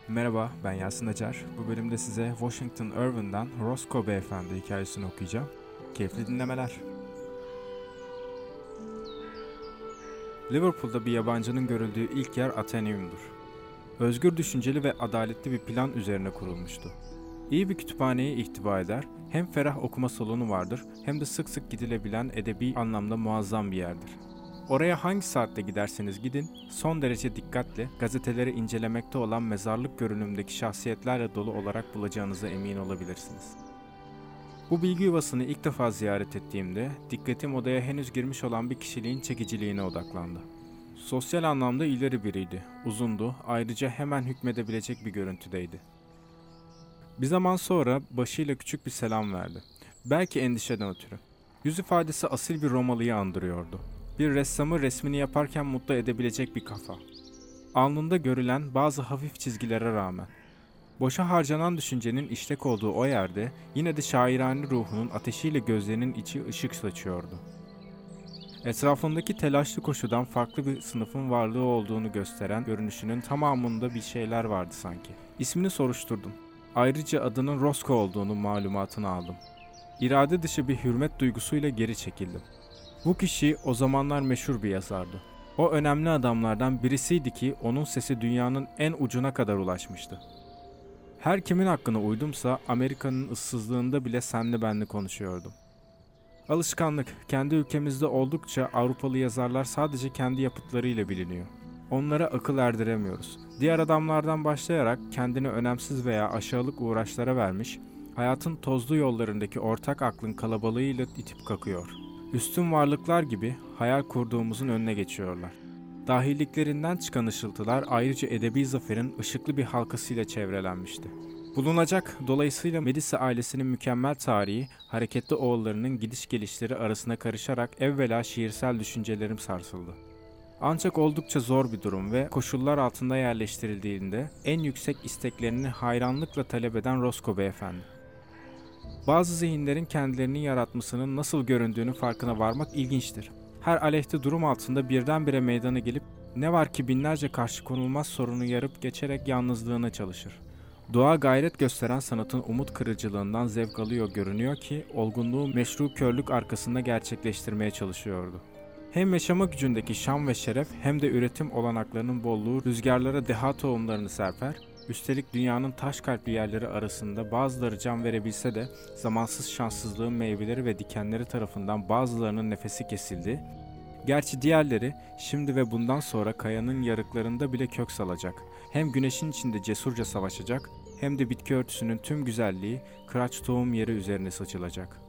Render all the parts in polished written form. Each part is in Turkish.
Merhaba, ben Yasin Acar. Bu bölümde size Washington Irving'den Roscoe Beyefendi hikayesini okuyacağım. Keyifli dinlemeler. Liverpool'da bir yabancının görüldüğü ilk yer Athenaeum'dur. Özgür düşünceli ve adaletli bir plan üzerine kurulmuştu. İyi bir kütüphaneye ihtiva eder, hem ferah okuma salonu vardır hem de sık sık gidilebilen edebi anlamda muazzam bir yerdir. Oraya hangi saatte giderseniz gidin, son derece dikkatle gazeteleri incelemekte olan mezarlık görünümdeki şahsiyetlerle dolu olarak bulacağınıza emin olabilirsiniz. Bu bilgi yuvasını ilk defa ziyaret ettiğimde dikkatim odaya henüz girmiş olan bir kişiliğin çekiciliğine odaklandı. Sosyal anlamda ileri biriydi, uzundu, ayrıca hemen hükmedebilecek bir görüntüdeydi. Bir zaman sonra başıyla küçük bir selam verdi. Belki endişeden ötürü. Yüz ifadesi asil bir Romalıyı andırıyordu. Bir ressamı resmini yaparken mutlu edebilecek bir kafa. Alnında görülen bazı hafif çizgilere rağmen. Boşa harcanan düşüncenin işlek olduğu o yerde yine de şairane ruhunun ateşiyle gözlerinin içi ışık saçıyordu. Etrafındaki telaşlı koşudan farklı bir sınıfın varlığı olduğunu gösteren görünüşünün tamamında bir şeyler vardı sanki. İsmini soruşturdum. Ayrıca adının Roscoe olduğunu malumatını aldım. İrade dışı bir hürmet duygusuyla geri çekildim. Bu kişi o zamanlar meşhur bir yazardı. O önemli adamlardan birisiydi ki onun sesi dünyanın en ucuna kadar ulaşmıştı. Her kimin hakkına uydumsa Amerika'nın ıssızlığında bile senli benli konuşuyordum. Alışkanlık, kendi ülkemizde oldukça Avrupalı yazarlar sadece kendi yapıtlarıyla biliniyor. Onlara akıl erdiremiyoruz. Diğer adamlardan başlayarak kendini önemsiz veya aşağılık uğraşlara vermiş, hayatın tozlu yollarındaki ortak aklın kalabalığıyla itip kakıyor. Üstün varlıklar gibi hayal kurduğumuzun önüne geçiyorlar. Dahiliklerinden çıkan ışıltılar ayrıca edebi zaferin ışıklı bir halkasıyla çevrelenmişti. Bulunacak, dolayısıyla Medici ailesinin mükemmel tarihi, hareketli oğullarının gidiş gelişleri arasına karışarak evvela şiirsel düşüncelerim sarsıldı. Ancak oldukça zor bir durum ve koşullar altında yerleştirildiğinde en yüksek isteklerini hayranlıkla talep eden Roscoe Beyefendi. Bazı zihinlerin kendilerini yaratmasının nasıl göründüğünün farkına varmak ilginçtir. Her aleyhte durum altında birdenbire meydana gelip ne var ki binlerce karşı konulmaz sorunu yarıp geçerek yalnızlığına çalışır. Doğa gayret gösteren sanatın umut kırıcılığından zevk alıyor görünüyor ki olgunluğu meşru körlük arkasında gerçekleştirmeye çalışıyordu. Hem yaşama gücündeki şan ve şeref hem de üretim olanaklarının bolluğu rüzgarlara deha tohumlarını serper, üstelik dünyanın taş kalpli yerleri arasında bazıları can verebilse de zamansız şanssızlığın meyveleri ve dikenleri tarafından bazılarının nefesi kesildi. Gerçi diğerleri şimdi ve bundan sonra kayanın yarıklarında bile kök salacak. Hem güneşin içinde cesurca savaşacak hem de bitki örtüsünün tüm güzelliği kıraç tohum yeri üzerine saçılacak.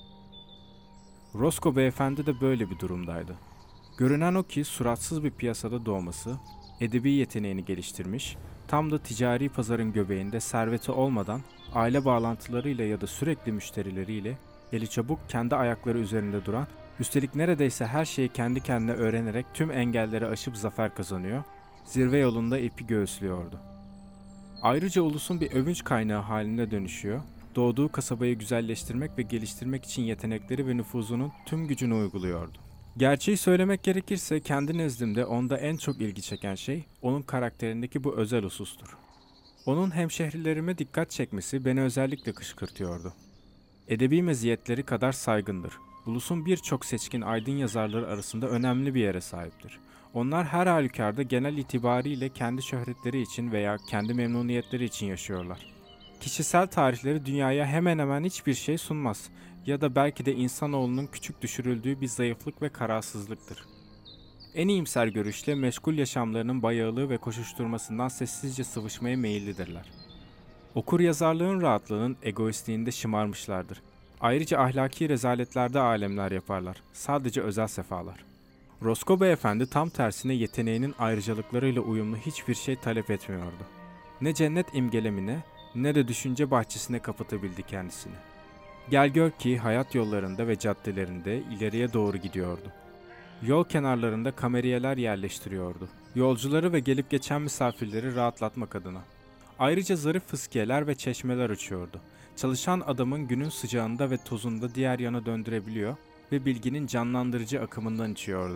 Roscoe Beyefendi de böyle bir durumdaydı. Görünen o ki suratsız bir piyasada doğması, edebi yeteneğini geliştirmiş, tam da ticari pazarın göbeğinde serveti olmadan aile bağlantılarıyla ya da sürekli müşterileriyle eli çabuk kendi ayakları üzerinde duran, üstelik neredeyse her şeyi kendi kendine öğrenerek tüm engelleri aşıp zafer kazanıyor, zirve yolunda ipi göğüslüyordu. Ayrıca ulusun bir övünç kaynağı haline dönüşüyor, doğduğu kasabayı güzelleştirmek ve geliştirmek için yetenekleri ve nüfuzunun tüm gücünü uyguluyordu. Gerçeği söylemek gerekirse kendi nezdimde onda en çok ilgi çeken şey onun karakterindeki bu özel husustur. Onun hemşehrilerime dikkat çekmesi beni özellikle kışkırtıyordu. Edebi meziyetleri kadar saygındır. Ulus'un birçok seçkin aydın yazarları arasında önemli bir yere sahiptir. Onlar her halükarda genel itibariyle kendi şöhretleri için veya kendi memnuniyetleri için yaşıyorlar. Kişisel tarihleri dünyaya hemen hemen hiçbir şey sunmaz ya da belki de insanoğlunun küçük düşürüldüğü bir zayıflık ve kararsızlıktır. En iyimser görüşle meşgul yaşamlarının bayağılığı ve koşuşturmasından sessizce sıvışmaya meyillidirler. Okur yazarlığın rahatlığının egoistliğinde şımarmışlardır. Ayrıca ahlaki rezaletlerde alemler yaparlar. Sadece özel sefalar. Roscoe Beyefendi tam tersine yeteneğinin ayrıcalıklarıyla uyumlu hiçbir şey talep etmiyordu. Ne cennet imgelemine ne de düşünce bahçesine kapatabildi kendisini. Gel gör ki hayat yollarında ve caddelerinde ileriye doğru gidiyordu. Yol kenarlarında kameriyeler yerleştiriyordu. Yolcuları ve gelip geçen misafirleri rahatlatmak adına. Ayrıca zarif fıskiyeler ve çeşmeler açıyordu. Çalışan adamın günün sıcağında ve tozunda diğer yana döndürebiliyor ve bilginin canlandırıcı akımından içiyordu.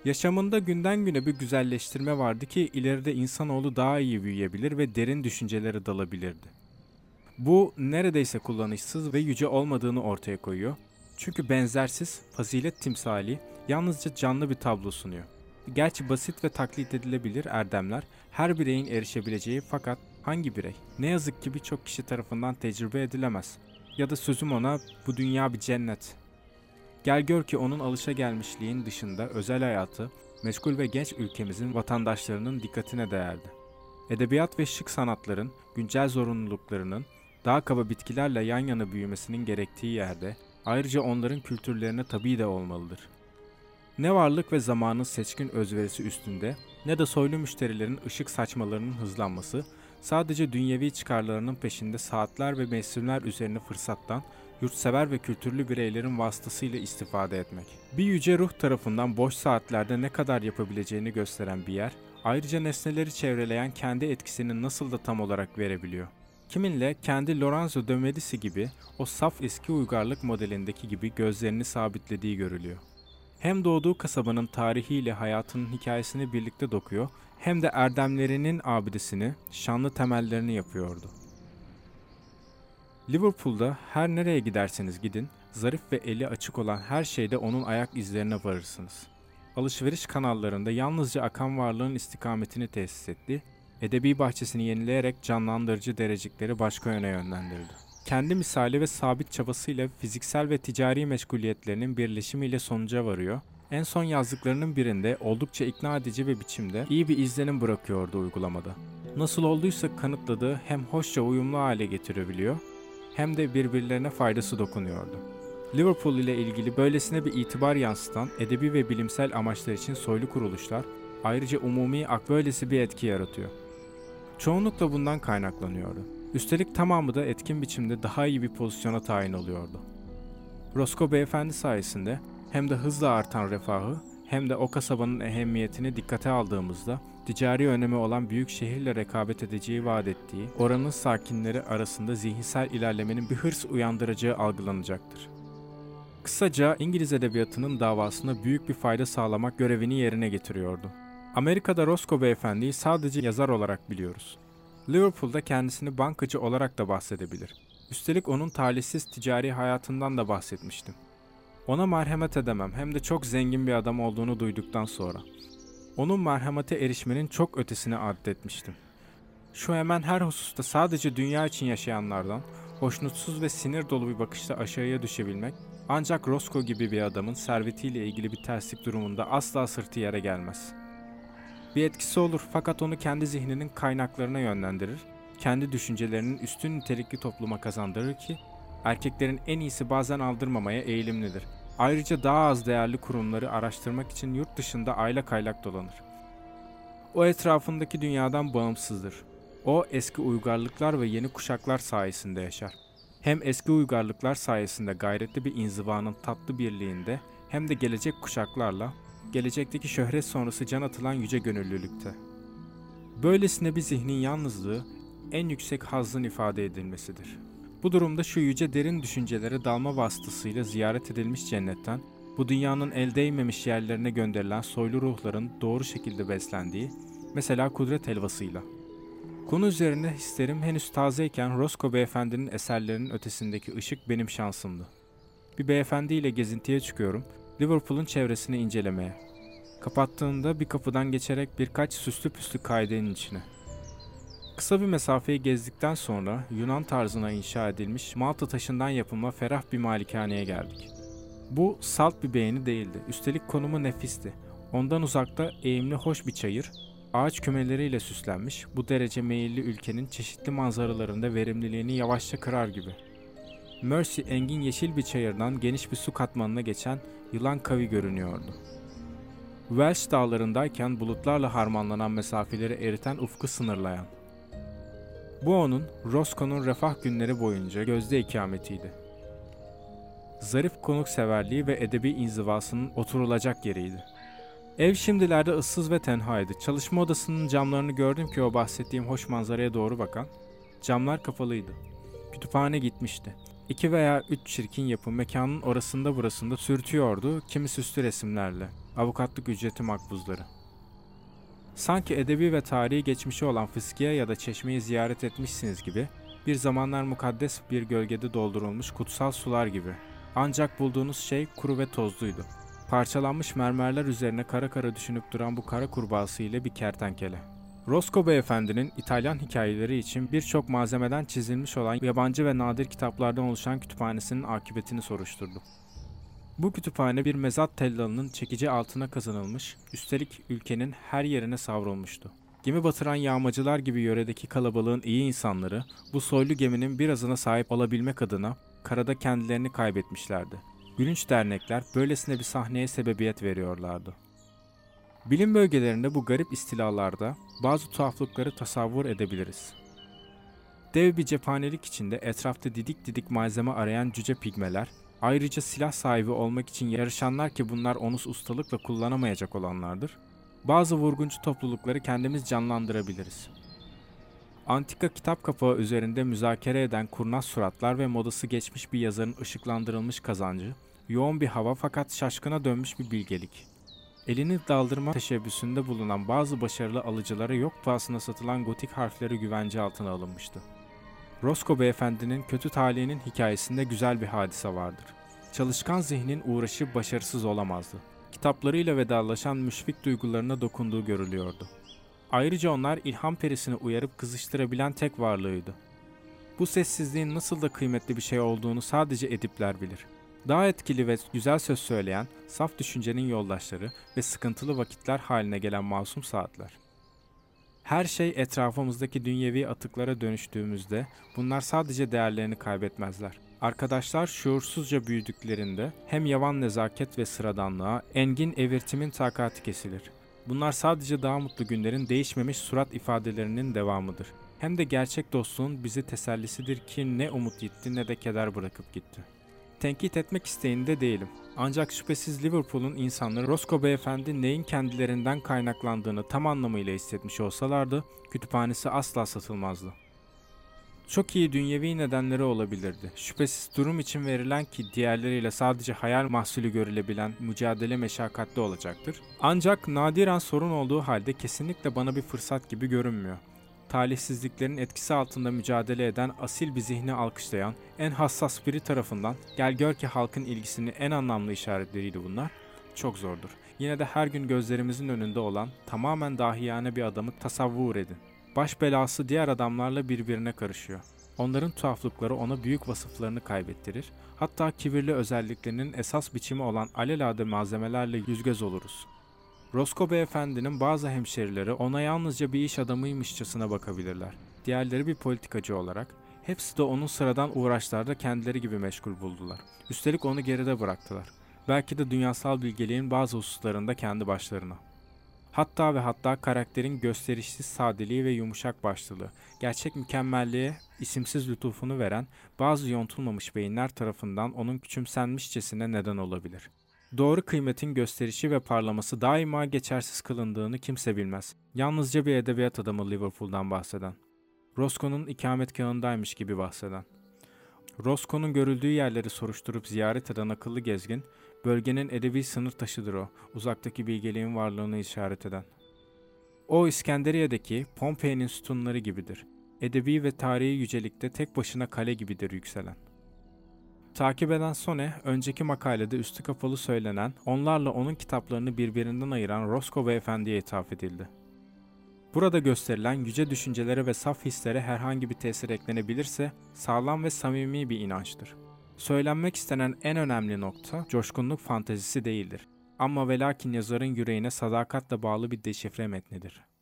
Yaşamında günden güne bir güzelleştirme vardı ki ileride insanoğlu daha iyi büyüyebilir ve derin düşüncelere dalabilirdi. Bu neredeyse kullanışsız ve yüce olmadığını ortaya koyuyor. Çünkü benzersiz, fazilet timsali yalnızca canlı bir tablo sunuyor. Gerçi basit ve taklit edilebilir erdemler her bireyin erişebileceği, fakat hangi birey? Ne yazık ki birçok kişi tarafından tecrübe edilemez. Ya da sözüm ona, bu dünya bir cennet. Gel gör ki onun alışagelmişliğin dışında özel hayatı, meşgul ve genç ülkemizin vatandaşlarının dikkatine değerdi. Edebiyat ve şık sanatların güncel zorunluluklarının daha kaba bitkilerle yan yana büyümesinin gerektiği yerde, ayrıca onların kültürlerine tabi de olmalıdır. Ne varlık ve zamanın seçkin özverisi üstünde, ne de soylu müşterilerin ışık saçmalarının hızlanması, sadece dünyevi çıkarlarının peşinde saatler ve mevsimler üzerine fırsattan, yurtsever ve kültürlü bireylerin vasıtasıyla istifade etmek. Bir yüce ruh tarafından boş saatlerde ne kadar yapabileceğini gösteren bir yer, ayrıca nesneleri çevreleyen kendi etkisini nasıl da tam olarak verebiliyor. Kiminle kendi Lorenzo de Medici gibi o saf eski uygarlık modelindeki gibi gözlerini sabitlediği görülüyor. Hem doğduğu kasabanın tarihiyle hayatının hikayesini birlikte dokuyor, hem de erdemlerinin abidesini, şanlı temellerini yapıyordu. Liverpool'da her nereye giderseniz gidin, zarif ve eli açık olan her şeyde onun ayak izlerine varırsınız. Alışveriş kanallarında yalnızca akan varlığın istikametini tesis etti, edebi bahçesini yenileyerek canlandırıcı derecikleri başka yöne yönlendirdi. Kendi misali ve sabit çabasıyla fiziksel ve ticari meşguliyetlerinin birleşimiyle sonuca varıyor. En son yazdıklarının birinde oldukça ikna edici bir biçimde iyi bir izlenim bırakıyordu uygulamada. Nasıl olduysa kanıtladığı hem hoşça uyumlu hale getirebiliyor, hem de birbirlerine faydası dokunuyordu. Liverpool ile ilgili böylesine bir itibar yansıtan edebi ve bilimsel amaçlar için soylu kuruluşlar, ayrıca umumi böylesi bir etki yaratıyor. Çoğunlukla bundan kaynaklanıyordu. Üstelik tamamı da etkin biçimde daha iyi bir pozisyona tayin oluyordu. Roscoe beyefendi sayesinde hem de hızla artan refahı, hem de o kasabanın ehemmiyetini dikkate aldığımızda ticari önemi olan büyük şehirle rekabet edeceği vaat ettiği, oranın sakinleri arasında zihinsel ilerlemenin bir hırs uyandıracağı algılanacaktır. Kısaca İngiliz edebiyatının davasına büyük bir fayda sağlamak görevini yerine getiriyordu. Amerika'da Roscoe beyefendiyi sadece yazar olarak biliyoruz. Liverpool'da kendisini bankacı olarak da bahsedebilir. Üstelik onun talihsiz ticari hayatından da bahsetmiştim. Ona merhamet edemem, hem de çok zengin bir adam olduğunu duyduktan sonra. Onun merhamete erişmenin çok ötesine adetmiştim. Şu hemen her hususta sadece dünya için yaşayanlardan, hoşnutsuz ve sinir dolu bir bakışla aşağıya düşebilmek, ancak Roscoe gibi bir adamın servetiyle ilgili bir terslik durumunda asla sırtı yere gelmez. Bir etkisi olur, fakat onu kendi zihninin kaynaklarına yönlendirir, kendi düşüncelerinin üstün nitelikli topluma kazandırır ki, erkeklerin en iyisi bazen aldırmamaya eğilimlidir. Ayrıca daha az değerli kurumları araştırmak için yurt dışında aylak aylak dolanır. O etrafındaki dünyadan bağımsızdır. O eski uygarlıklar ve yeni kuşaklar sayesinde yaşar. Hem eski uygarlıklar sayesinde gayretli bir inzivanın tatlı birliğinde, hem de gelecek kuşaklarla, gelecekteki şöhret sonrası can atılan yüce gönüllülükte. Böylesine bir zihnin yalnızlığı, en yüksek hazzın ifade edilmesidir. Bu durumda şu yüce derin düşüncelere dalma vasıtasıyla ziyaret edilmiş cennetten, bu dünyanın el değmemiş yerlerine gönderilen soylu ruhların doğru şekilde beslendiği, mesela kudret helvasıyla. Konu üzerine hislerim henüz tazeyken Roscoe beyefendinin eserlerinin ötesindeki ışık benim şansımdı. Bir beyefendiyle gezintiye çıkıyorum, Liverpool'un çevresini incelemeye. Kapattığında bir kapıdan geçerek birkaç süslü püslü kaidenin içine. Kısa bir mesafeyi gezdikten sonra Yunan tarzına inşa edilmiş Malta taşından yapılma ferah bir malikaneye geldik. Bu salt bir beğeni değildi. Üstelik konumu nefisti. Ondan uzakta eğimli hoş bir çayır, ağaç kümeleriyle süslenmiş, bu derece meyilli ülkenin çeşitli manzaralarında verimliliğini yavaşça kırar gibi. Mersey engin yeşil bir çayırdan geniş bir su katmanına geçen yılan kavi görünüyordu. Welsh dağlarındayken bulutlarla harmanlanan mesafeleri eriten ufku sınırlayan. Bu onun, Roscoe'nun refah günleri boyunca gözde ikametiydi. Zarif konukseverliği ve edebi inzivasının oturulacak yeriydi. Ev şimdilerde ıssız ve tenhaydı. Çalışma odasının camlarını gördüm ki o bahsettiğim hoş manzaraya doğru bakan. Camlar kapalıydı. Kütüphane gitmişti. 2 veya 3 çirkin yapı mekanın orasında burasında sürtüyordu, kimi süslü resimlerle. avukatlık ücreti makbuzları. Sanki edebi ve tarihi geçmişi olan Fıskiye ya da Çeşme'yi ziyaret etmişsiniz gibi, bir zamanlar mukaddes bir gölgede doldurulmuş kutsal sular gibi. Ancak bulduğunuz şey kuru ve tozluydu. Parçalanmış mermerler üzerine kara kara düşünüp duran bu kara kurbağası ile bir kertenkele. Roscoe Beyefendi'nin İtalyan hikayeleri için birçok malzemeden çizilmiş olan yabancı ve nadir kitaplardan oluşan kütüphanesinin akıbetini soruşturdu. Bu kütüphane bir mezat tellalının çekici altına kazanılmış, üstelik ülkenin her yerine savrulmuştu. Gemi batıran yağmacılar gibi yöredeki kalabalığın iyi insanları, bu soylu geminin birazına sahip olabilmek adına karada kendilerini kaybetmişlerdi. Gülünç dernekler böylesine bir sahneye sebebiyet veriyorlardı. Bilim bölgelerinde bu garip istilalarda bazı tuhaflıkları tasavvur edebiliriz. Dev bir cephanelik içinde etrafta didik didik malzeme arayan cüce pigmeler, ayrıca silah sahibi olmak için yarışanlar ki bunlar onu ustalıkla kullanamayacak olanlardır, bazı vurguncu toplulukları kendimiz canlandırabiliriz. Antika kitap kapağı üzerinde müzakere eden kurnaz suratlar ve modası geçmiş bir yazarın ışıklandırılmış kazancı, yoğun bir hava fakat şaşkına dönmüş bir bilgelik. Elini daldırma teşebbüsünde bulunan bazı başarılı alıcılara yok pahasına satılan gotik harfleri güvence altına alınmıştı. Roscoe Beyefendi'nin kötü talihinin hikayesinde güzel bir hadise vardır. Çalışkan zihnin uğraşı başarısız olamazdı. Kitaplarıyla vedalaşan müşfik duygularına dokunduğu görülüyordu. Ayrıca onlar ilham perisini uyarıp kızıştırabilen tek varlığıydı. Bu sessizliğin nasıl da kıymetli bir şey olduğunu sadece edipler bilir. Daha etkili ve güzel söz söyleyen, saf düşüncenin yoldaşları ve sıkıntılı vakitler haline gelen masum saatler. Her şey etrafımızdaki dünyevi atıklara dönüştüğümüzde bunlar sadece değerlerini kaybetmezler. Arkadaşlar şuursuzca büyüdüklerinde hem yavan nezaket ve sıradanlığa, engin evirtimin takati kesilir. Bunlar sadece daha mutlu günlerin değişmemiş surat ifadelerinin devamıdır. Hem de gerçek dostluğun bizi tesellisidir ki ne umut gitti ne de keder bırakıp gitti. Tenkit etmek isteğinde değilim. Ancak şüphesiz Liverpool'un insanları Roscoe Beyefendi neyin kendilerinden kaynaklandığını tam anlamıyla hissetmiş olsalardı, kütüphanesi asla satılmazdı. Çok iyi dünyevi nedenleri olabilirdi. Şüphesiz durum için verilen ki diğerleriyle sadece hayal mahsulü görülebilen mücadele meşakkatli olacaktır. Ancak nadiren sorun olduğu halde kesinlikle bana bir fırsat gibi görünmüyor. Talihsizliklerin etkisi altında mücadele eden asil bir zihni alkışlayan, en hassas biri tarafından gel gör ki halkın ilgisini en anlamlı işaretleriydi bunlar. Çok zordur. Yine de her gün gözlerimizin önünde olan tamamen dahiyane bir adamı tasavvur edin. Baş belası diğer adamlarla birbirine karışıyor. Onların tuhaflıkları ona büyük vasıflarını kaybettirir. Hatta kibirli özelliklerinin esas biçimi olan alelade malzemelerle yüzgöz oluruz. Roscoe Beyefendi'nin bazı hemşerileri ona yalnızca bir iş adamıymışçasına bakabilirler. Diğerleri bir politikacı olarak. Hepsi de onun sıradan uğraşlarda kendileri gibi meşgul buldular. Üstelik onu geride bıraktılar. Belki de dünyasal bilgeliğin bazı hususlarında kendi başlarına. Hatta ve hatta karakterin gösterişsiz sadeliği ve yumuşak başlılığı, gerçek mükemmelliğe isimsiz lütufunu veren bazı yontulmamış beyinler tarafından onun küçümsenmişçesine neden olabilir. Doğru kıymetin gösterişi ve parlaması daima geçersiz kılındığını kimse bilmez. Yalnızca bir edebiyat adamı Liverpool'dan bahseden. Roscoe'nun ikametgahındaymış gibi bahseden. Roscoe'nun görüldüğü yerleri soruşturup ziyaret eden akıllı gezgin, bölgenin edebi sınır taşıdır o, uzaktaki bilgeliğin varlığını işaret eden. O İskenderiye'deki Pompei'nin sütunları gibidir. Edebi ve tarihi yücelikte tek başına kale gibidir yükselen. Takip eden Sone, önceki makalede üstü kapalı söylenen, onlarla onun kitaplarını birbirinden ayıran Roscoe Beyefendi'ye ithaf edildi. Burada gösterilen yüce düşüncelere ve saf hislere herhangi bir tesir eklenebilirse, sağlam ve samimi bir inançtır. Söylenmek istenen en önemli nokta, coşkunluk fantezisi değildir. Ama ve lakin yazarın yüreğine sadakatle bağlı bir deşifre metnidir.